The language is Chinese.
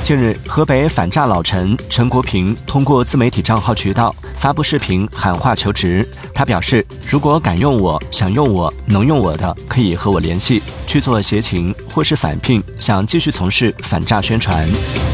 近日，河北反诈老陈陈国平通过自媒体账号渠道发布视频喊话求职。他表示，如果敢用我、想用我、能用我的，可以和我联系，去做协勤或是返聘，想继续从事反诈宣传。